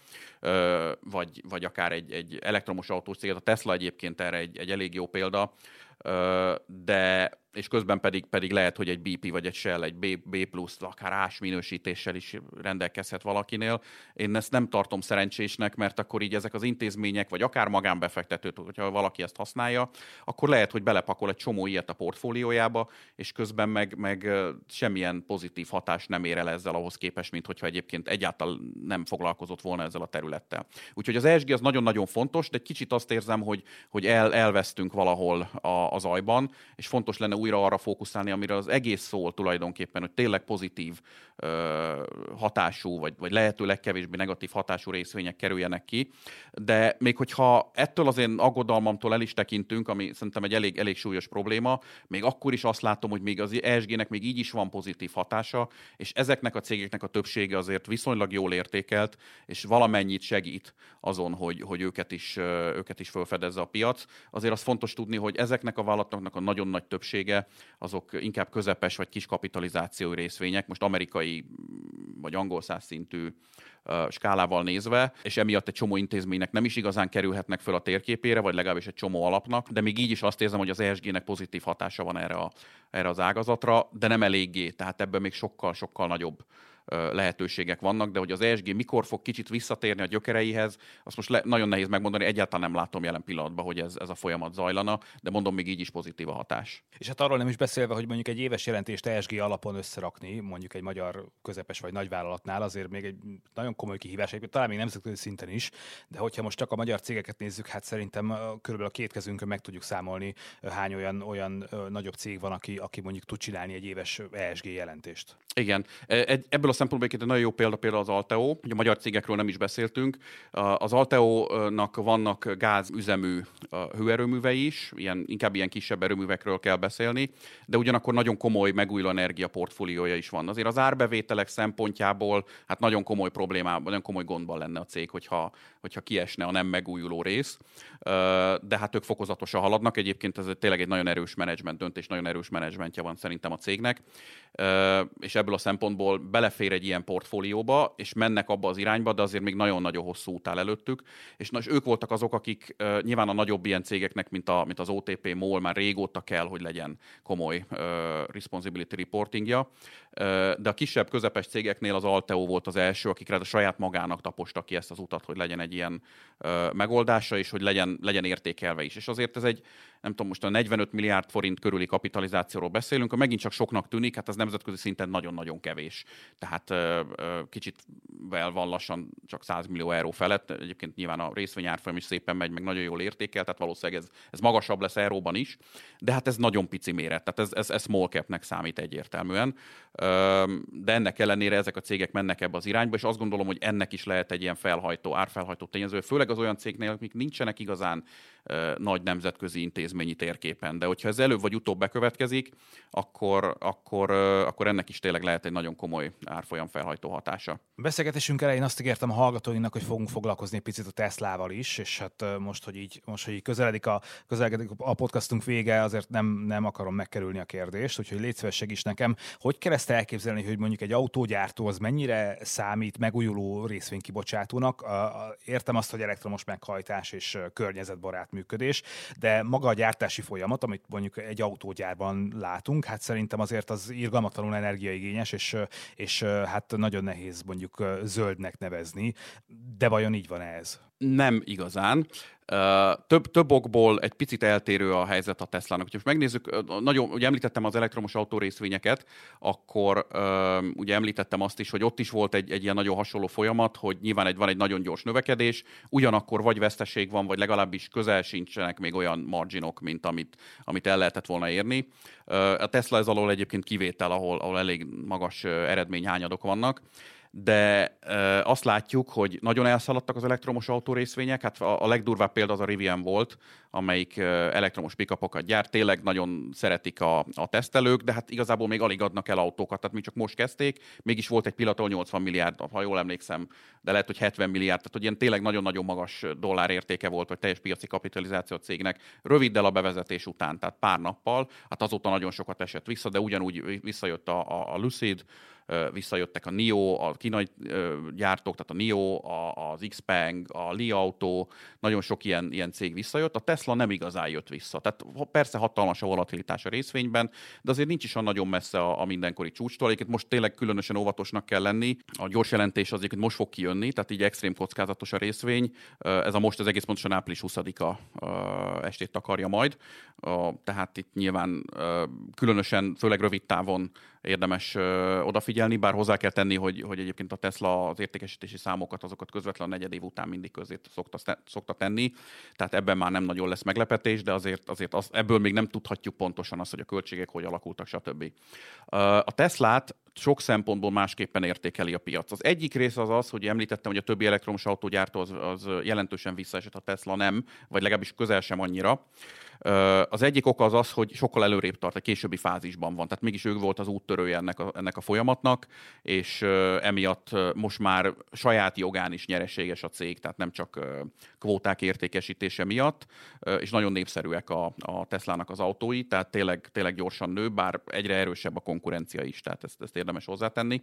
vagy akár egy elektromos autós céget. A Tesla egyébként erre egy elég jó példa, de és közben pedig lehet, hogy egy BP vagy egy Shell, egy B plusz, akár ás minősítéssel is rendelkezhet valakinél. Én ezt nem tartom szerencsésnek, mert akkor így ezek az intézmények, vagy akár magánbefektetőt, hogyha valaki ezt használja, akkor lehet, hogy belepakol egy csomó ilyet a portfóliójába, és közben meg semmilyen pozitív hatást nem ér el ezzel ahhoz képest, mint hogyha egyébként egyáltalán nem foglalkozott volna ezzel a területtel. Úgyhogy az ESG az nagyon-nagyon fontos, de kicsit azt érzem, hogy elvesztünk valahol a zajban, és fontos lenne újra arra fókuszálni, amire az egész szól tulajdonképpen, hogy tényleg pozitív hatású, vagy lehető legkevésbé negatív hatású részvények kerüljenek ki. De még hogyha ettől az én aggodalmamtól el is tekintünk, ami szerintem egy elég súlyos probléma, még akkor is azt látom, hogy még az ESG-nek még így is van pozitív hatása, és ezeknek a cégeknek a többsége azért viszonylag jól értékelt, és valamennyit segít azon, hogy őket is felfedezze a piac. Azért az fontos tudni, hogy ezeknek a vállalatoknak a nagyon nagy többsége azok inkább közepes vagy kis kapitalizációi részvények, most amerikai vagy angol száz szintű skálával nézve, és emiatt egy csomó intézménynek nem is igazán kerülhetnek föl a térképére, vagy legalábbis egy csomó alapnak, de még így is azt érzem, hogy az ESG-nek pozitív hatása van erre az ágazatra, de nem eléggé, tehát ebben még sokkal nagyobb lehetőségek vannak, de hogy az ESG mikor fog kicsit visszatérni a gyökereihez, azt most nagyon nehéz megmondani, egyáltalán nem látom jelen pillanatban, hogy ez a folyamat zajlana, de mondom, még így is pozitív a hatás. És hát arról nem is beszélve, hogy mondjuk egy éves jelentést ESG alapon összerakni, mondjuk egy magyar közepes vagy nagyvállalatnál, azért még egy nagyon komoly kihívás, talán még nemzetközi szinten is, de hogyha most csak a magyar cégeket nézzük, hát szerintem körülbelül a két kezünkön meg tudjuk számolni, hány olyan nagyobb cég van, aki mondjuk tud csinálni egy éves ESG jelentést. Igen. Ebből a szempontból egy nagyon jó például az Alteo, hogy a magyar cégekről nem is beszéltünk. Az Alteo-nak vannak gázüzemű hőerőművei is, inkább ilyen kisebb erőművekről kell beszélni, de ugyanakkor nagyon komoly megújuló energia portfóliója is van. Azért az árbevételek szempontjából hát nagyon komoly problémában, nagyon komoly gondban lenne a cég, hogyha kiesne a nem megújuló rész, de hát ők fokozatosan haladnak. Egyébként ez tényleg egy nagyon erős menedzsment döntés, nagyon erős menedzsmentje van szerintem a cégnek, és ebből a szempontból belefér egy ilyen portfólióba, és mennek abba az irányba, de azért még nagyon-nagyon hosszú út áll előttük, és ők voltak azok, akik nyilván a nagyobb ilyen cégeknek, mint az OTP, MOL már régóta kell, hogy legyen komoly responsibility reportingja, de a kisebb, közepes cégeknél az Alteo volt az első, akikre a saját magának taposta ki ezt az utat, hogy legyen egy ilyen megoldása, és hogy legyen értékelve is. És azért ez egy, nem tudom, most a 45 milliárd forint körüli kapitalizációról beszélünk, megint csak soknak tűnik, hát ez nemzetközi szinten nagyon-nagyon kevés. Tehát kicsit van lassan csak 100 millió euró felett. Egyébként nyilván a részvényárfolyam is szépen megy, meg nagyon jól értékel, tehát valószínűleg ez magasabb lesz euróban is, de hát ez nagyon pici méret, tehát ez small capnek számít egyértelműen. De ennek ellenére ezek a cégek mennek ebbe az irányba, és azt gondolom, hogy ennek is lehet egy ilyen árfelhajtó tényező, főleg az olyan cégnél, akik nincsenek igazán nagy nemzetközi intézményi térképen. De hogyha ez előbb vagy utóbb bekövetkezik, akkor ennek is tényleg lehet egy nagyon komoly árfolyam felhajtó hatása. Beszélgetésünk elején azt ígértem a hallgatóinknak, hogy fogunk foglalkozni egy picit a Teslával is, és hát most, hogy így közeledik a podcastunk vége, azért nem akarom megkerülni a kérdést, úgyhogy légy szíves, segíts nekem. Hogy kell ezt elképzelni, hogy mondjuk egy autógyártó az mennyire számít megújuló részvénykibocsátónak? Értem azt, hogy elektromos meghajtás és környezetbarát működés, de maga a gyártási folyamat, amit mondjuk egy autógyárban látunk, hát szerintem azért az irgalmatlanul energiaigényes, és hát nagyon nehéz mondjuk zöldnek nevezni. De vajon így van ez? Nem igazán. Több okból egy picit eltérő a helyzet a Teslának. Ha megnézzük, ugye említettem az elektromos autó részvényeket, akkor ugye említettem azt is, hogy ott is volt egy ilyen nagyon hasonló folyamat, hogy nyilván van egy nagyon gyors növekedés, ugyanakkor vagy veszteség van, vagy legalábbis közel sincsenek még olyan marginok, mint amit el lehetett volna érni. A Tesla ez alól egyébként kivétel, ahol elég magas eredményhányadok vannak. de azt látjuk, hogy nagyon elszaladtak az elektromos autó részvények. Hát a legdurvább példa az a Rivian volt, amelyik elektromos pick-upokat gyárt. Tényleg nagyon szeretik a tesztelők, de hát igazából még alig adnak el autókat, tehát még csak most kezdték. Mégis volt egy pillanat, ahol 80 milliárd, ha jól emlékszem, de lehet, hogy 70 milliárd, tehát hogy ilyen tényleg nagyon-nagyon magas dollárértéke volt, vagy teljes piaci kapitalizáció a cégnek röviddel a bevezetés után, tehát pár nappal. Hát azóta nagyon sokat esett vissza, de ugyanúgy visszajött a Lucid, visszajöttek a NIO, a kínai gyártók, tehát a NIO, az Xpeng, a Li Auto, nagyon sok ilyen cég visszajött. A Tesla nem igazán jött vissza. Tehát persze hatalmas a volatilitás a részvényben, de azért nincs is olyan nagyon messze a mindenkori csúcstól. Egyébként most tényleg különösen óvatosnak kell lenni. A gyors jelentés az egyébként most fog kijönni, tehát így extrém kockázatos a részvény. Ez az egész pontosan április 20-a estét takarja majd. Tehát itt nyilván különösen, főleg rövid távon érdemes odafigyelni, bár hozzá kell tenni, hogy egyébként a Tesla az értékesítési számokat, azokat közvetlen a negyedév után mindig közé szokta tenni, tehát ebben már nem nagyon lesz meglepetés, de azért ebből még nem tudhatjuk pontosan azt, hogy a költségek hogy alakultak, stb. A Teslát sok szempontból másképpen értékeli a piac. Az egyik része az, hogy említettem, hogy a többi elektromos autógyártó az jelentősen visszaesett, a Tesla nem, vagy legalábbis közel sem annyira. Az egyik oka az, hogy sokkal előrébb tart, a későbbi fázisban van. Tehát mégis ő volt az úttörője ennek a folyamatnak, és emiatt most már saját jogán is nyereséges a cég, tehát nem csak kvóták értékesítése miatt, és nagyon népszerűek a Teslának az autói, tehát tényleg gyorsan nő, bár egyre erősebb a konkurencia is, tehát ezt érdemes hozzátenni.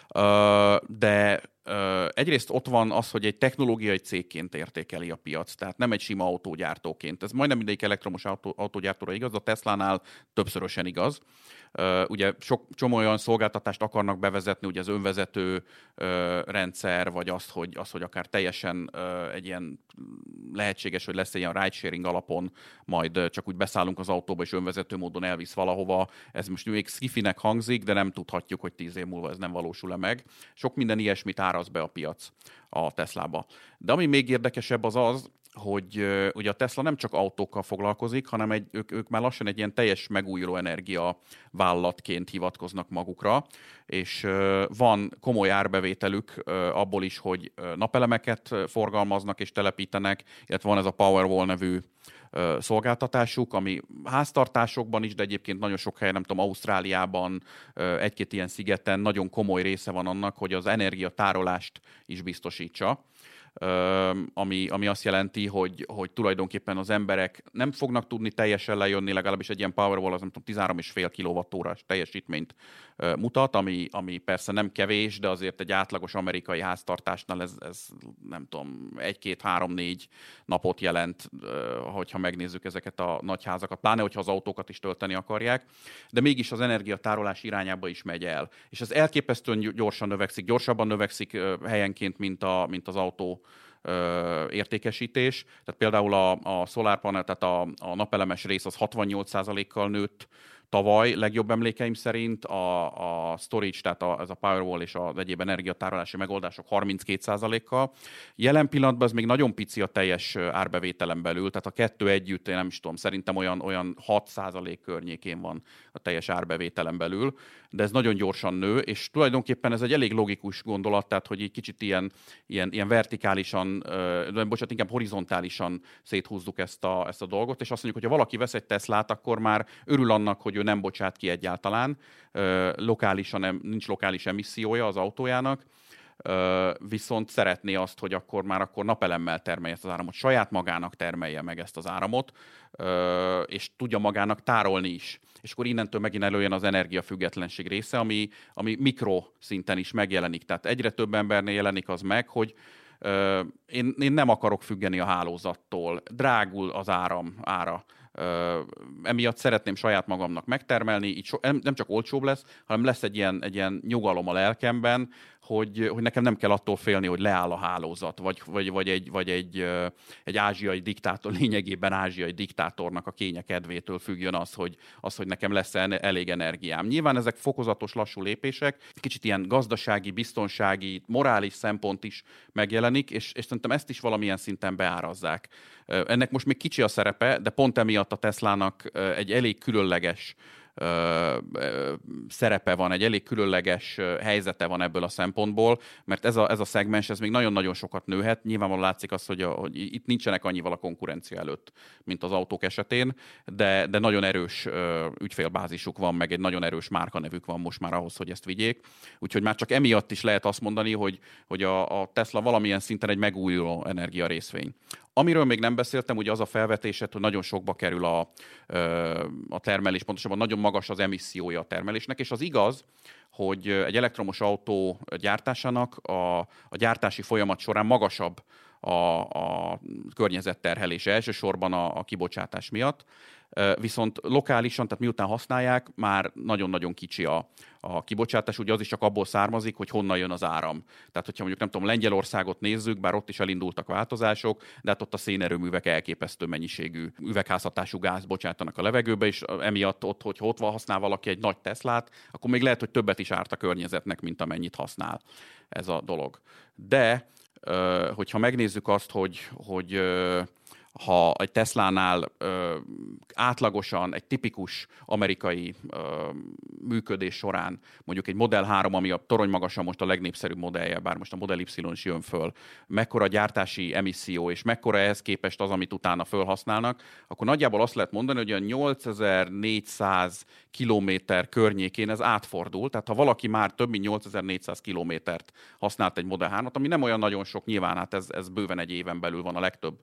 De egyrészt ott van az, hogy egy technológiai cégként értékeli a piac, tehát nem egy sima autógyártóként. Ez majdnem mindegyik elektromos autógyártóra igaz, a Teslánál többszörösen igaz. Ugye csomó olyan szolgáltatást akarnak bevezetni, ugye az önvezető rendszer, vagy azt, hogy akár teljesen egy ilyen lehetséges, hogy lesz egy ilyen ride-sharing alapon, majd csak úgy beszállunk az autóba, és önvezető módon elvisz valahova. Ez most még skifinek hangzik, de nem tudhatjuk, hogy 10 év múlva ez nem valósul-e meg. Sok minden ilyesmit áraz be a piac a Teslába. De ami még érdekesebb az, hogy ugye a Tesla nem csak autókkal foglalkozik, hanem ők már lassan egy ilyen teljes megújuló energia vállalatként hivatkoznak magukra, és van komoly árbevételük abból is, hogy napelemeket forgalmaznak és telepítenek, illetve van ez a Powerwall nevű szolgáltatásuk, ami háztartásokban is, de egyébként nagyon sok helyen, nem tudom, Ausztráliában, egy-két ilyen szigeten nagyon komoly része van annak, hogy az energiatárolást is biztosítsa. Ami azt jelenti, hogy tulajdonképpen az emberek nem fognak tudni teljesen lejönni, legalábbis egy ilyen Powerwall az nem tudom, 13,5 kWh teljesítményt mutat, ami persze nem kevés, de azért egy átlagos amerikai háztartásnál ez nem tudom, 1-2-3-4 napot jelent, hogyha megnézzük ezeket a nagy házakat, pláne, hogyha az autókat is tölteni akarják, de mégis az energiatárolás irányába is megy el. És ez elképesztően gyorsan növekszik, gyorsabban növekszik helyenként, mint az autó értékesítés. Tehát például a solarpanel, tehát a napelemes rész az 68%-kal nőtt tavaly, legjobb emlékeim szerint, a storage, tehát ez a Powerwall és az egyéb energiatárolási megoldások 32%-kal. Jelen pillanatban ez még nagyon pici a teljes árbevételen belül, tehát a kettő együtt, én nem is tudom, szerintem olyan 6% környékén van a teljes árbevételen belül, de ez nagyon gyorsan nő, és tulajdonképpen ez egy elég logikus gondolat, tehát hogy egy kicsit ilyen vertikálisan, inkább horizontálisan széthúzzuk ezt a dolgot, és azt mondjuk, hogy ha valaki vesz egy Teslát, akkor már örül annak, hogy ő nem bocsát ki egyáltalán, nincs lokális emissziója az autójának, viszont szeretné azt, hogy akkor napelemmel termelje ezt az áramot, saját magának termelje meg ezt az áramot, és tudja magának tárolni is. És akkor innentől megint előjön az energiafüggetlenség része, ami mikroszinten is megjelenik. Tehát egyre több embernél jelenik az meg, hogy én nem akarok függeni a hálózattól, drágul az ára. Emiatt szeretném saját magamnak megtermelni, így nem csak olcsóbb lesz, hanem lesz egy ilyen nyugalom a lelkemben, hogy nekem nem kell attól félni, hogy leáll a hálózat, vagy egy ázsiai diktátor, lényegében ázsiai diktátornak a kénye kedvétől függjön az, hogy nekem lesz elég energiám. Nyilván ezek fokozatos, lassú lépések, kicsit ilyen gazdasági, biztonsági, morális szempont is megjelenik, és szerintem ezt is valamilyen szinten beárazzák. Ennek most még kicsi a szerepe, de pont emiatt a Teslának egy elég különleges szerepe van, egy elég különleges helyzete van ebből a szempontból, mert ez a szegmens ez még nagyon-nagyon sokat nőhet. Nyilvánvalóan látszik az, hogy itt nincsenek annyival a konkurencia előtt, mint az autók esetén, de nagyon erős ügyfélbázisuk van, meg egy nagyon erős márkanevük van most már ahhoz, hogy ezt vigyék. Úgyhogy már csak emiatt is lehet azt mondani, hogy a Tesla valamilyen szinten egy megújuló energiarészvény. Amiről még nem beszéltem, ugye az a felvetésed, hogy nagyon sokba kerül a termelés, pontosabban nagyon magas az emissziója a termelésnek, és az igaz, hogy egy elektromos autó gyártásának a gyártási folyamat során magasabb a környezetterhelése, elsősorban a kibocsátás miatt. Viszont lokálisan, tehát miután használják, már nagyon-nagyon kicsi a kibocsátás, ugye az is csak abból származik, hogy honnan jön az áram. Tehát, hogyha mondjuk nem tudom, Lengyelországot nézzük, bár ott is elindultak változások, de hát ott a szénerőművek elképesztő mennyiségű üvegházhatású gáz bocsátanak a levegőbe, és emiatt ott, hogyha ott használ valaki egy nagy Teslát, akkor még lehet, hogy többet is árt a környezetnek, mint amennyit használ ez a dolog. De, hogyha megnézzük azt, hogy ha egy Teslánál átlagosan egy tipikus amerikai működés során mondjuk egy Model 3, ami a toronymagasan most a legnépszerűbb modellje, bár most a Model Y is jön föl, mekkora gyártási emisszió, és mekkora ehhez képest az, amit utána fölhasználnak, akkor nagyjából azt lehet mondani, hogy a 8400 kilométer környékén ez átfordul, tehát ha valaki már több mint 8400 kilométert használt egy Model 3-at, ami nem olyan nagyon sok, nyilván hát ez bőven egy éven belül van a legtöbb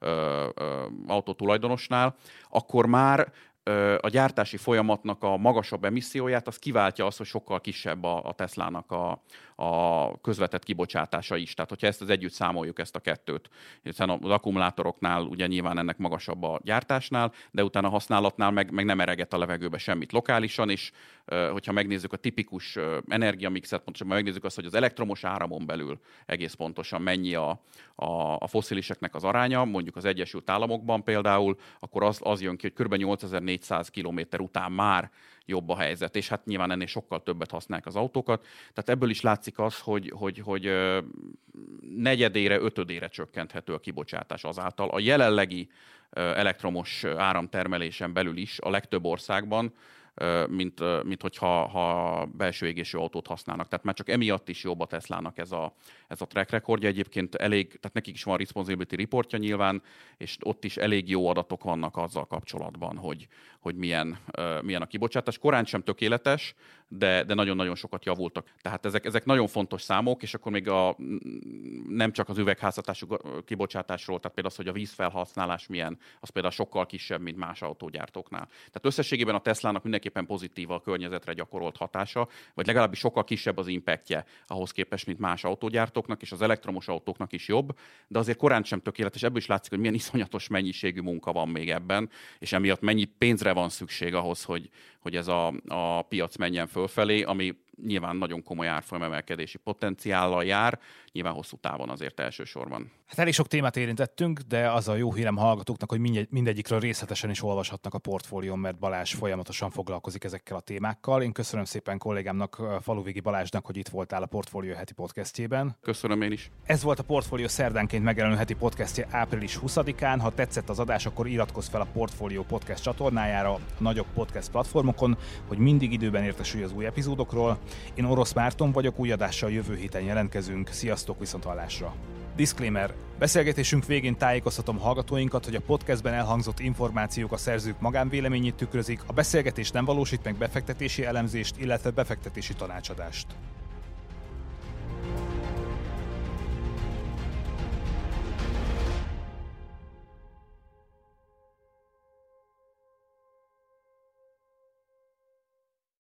autótulajdonosnál, akkor már a gyártási folyamatnak a magasabb emisszióját, az kiváltja azt, hogy sokkal kisebb a Teslának a közvetett kibocsátása is. Tehát, hogyha ezt az együtt számoljuk, ezt a kettőt, hiszen az akkumulátoroknál ugye nyilván ennek magasabb a gyártásnál, de utána a használatnál meg nem ereget a levegőbe semmit lokálisan, és hogyha megnézzük a tipikus energiamixet, pontosabban megnézzük azt, hogy az elektromos áramon belül egész pontosan mennyi a fossziliseknek az aránya, mondjuk az Egyesült Államokban például, akkor az jön ki, hogy kb. 8400 kilométer után már jobb a helyzet, és hát nyilván ennél sokkal többet használják az autókat. Tehát ebből is látszik az, hogy negyedére, ötödére csökkenthető a kibocsátás azáltal. A jelenlegi elektromos áramtermelésen belül is a legtöbb országban, mint hogyha belső égésű autót használnak. Tehát már csak emiatt is jobb a Teslának ez a track recordja. Egyébként tehát nekik is van responsibility reportja nyilván, és ott is elég jó adatok vannak azzal kapcsolatban, hogy milyen a kibocsátás. Korán sem tökéletes, de nagyon-nagyon sokat javultak. Tehát ezek nagyon fontos számok, és akkor még nem csak az üvegházhatású kibocsátásról, tehát például az, hogy a vízfelhasználás milyen, az például sokkal kisebb, mint más autógyártóknál. Tehát összességében a Teslának mindenképpen pozitív a környezetre gyakorolt hatása, vagy legalábbis sokkal kisebb az impactje ahhoz képest, mint más autógyártóknak, és az elektromos autóknak is jobb, de azért korán sem tökéletes. Ebből is látszik, hogy milyen iszonyatos mennyiségű munka van még ebben, és emiatt mennyi pénzre van szükség ahhoz, hogy ez a piac menjen fölfelé, ami nyilván nagyon komoly árfolyamemelkedési potenciállal jár, nyilván hosszú távon azért elsősorban. Hát elég sok témát érintettünk, de az a jó hírem hallgatóknak, hogy mindegyikről részletesen is olvashatnak a portfólión, mert Balázs folyamatosan foglalkozik ezekkel a témákkal. Én köszönöm szépen kollégámnak, Faluvigi Balázsnak, hogy itt voltál a Portfólió heti podcastjében. Köszönöm én is. Ez volt a Portfólió szerdánként megjelenő heti podcastje április 20-án. Ha tetszett az adás, akkor iratkozz fel a Portfólió podcast csatornájára a nagyobb podcast platformokon, hogy mindig időben értesülj az új epizódokról. Én Orosz Márton vagyok, új adással jövő héten jelentkezünk. Sziasztok, viszonthallásra! Disclaimer. Beszélgetésünk végén tájékoztatom hallgatóinkat, hogy a podcastben elhangzott információk a szerzők magánvéleményét tükrözik, a beszélgetés nem valósít meg befektetési elemzést, illetve befektetési tanácsadást.